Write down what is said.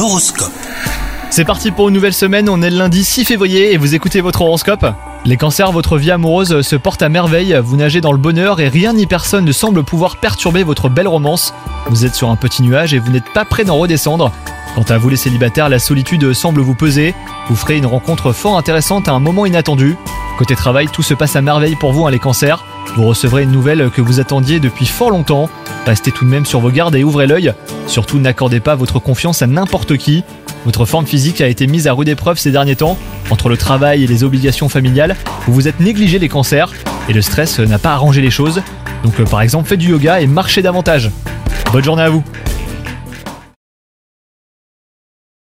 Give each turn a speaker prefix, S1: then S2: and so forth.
S1: L'horoscope.
S2: C'est parti pour une nouvelle semaine, on est le lundi 6 février et vous écoutez votre horoscope. Les cancers, votre vie amoureuse se porte à merveille, vous nagez dans le bonheur et rien ni personne ne semble pouvoir perturber votre belle romance. Vous êtes sur un petit nuage et vous n'êtes pas prêt d'en redescendre. Quant à vous les célibataires, la solitude semble vous peser. Vous ferez une rencontre fort intéressante à un moment inattendu. Côté travail, tout se passe à merveille pour vous les cancers. Vous recevrez une nouvelle que vous attendiez depuis fort longtemps. Restez tout de même sur vos gardes et ouvrez l'œil. Surtout n'accordez pas votre confiance à n'importe qui. Votre forme physique a été mise à rude épreuve ces derniers temps. Entre le travail et les obligations familiales, vous vous êtes négligé les cancers et le stress n'a pas arrangé les choses. Donc par exemple, faites du yoga et marchez davantage. Bonne journée à vous.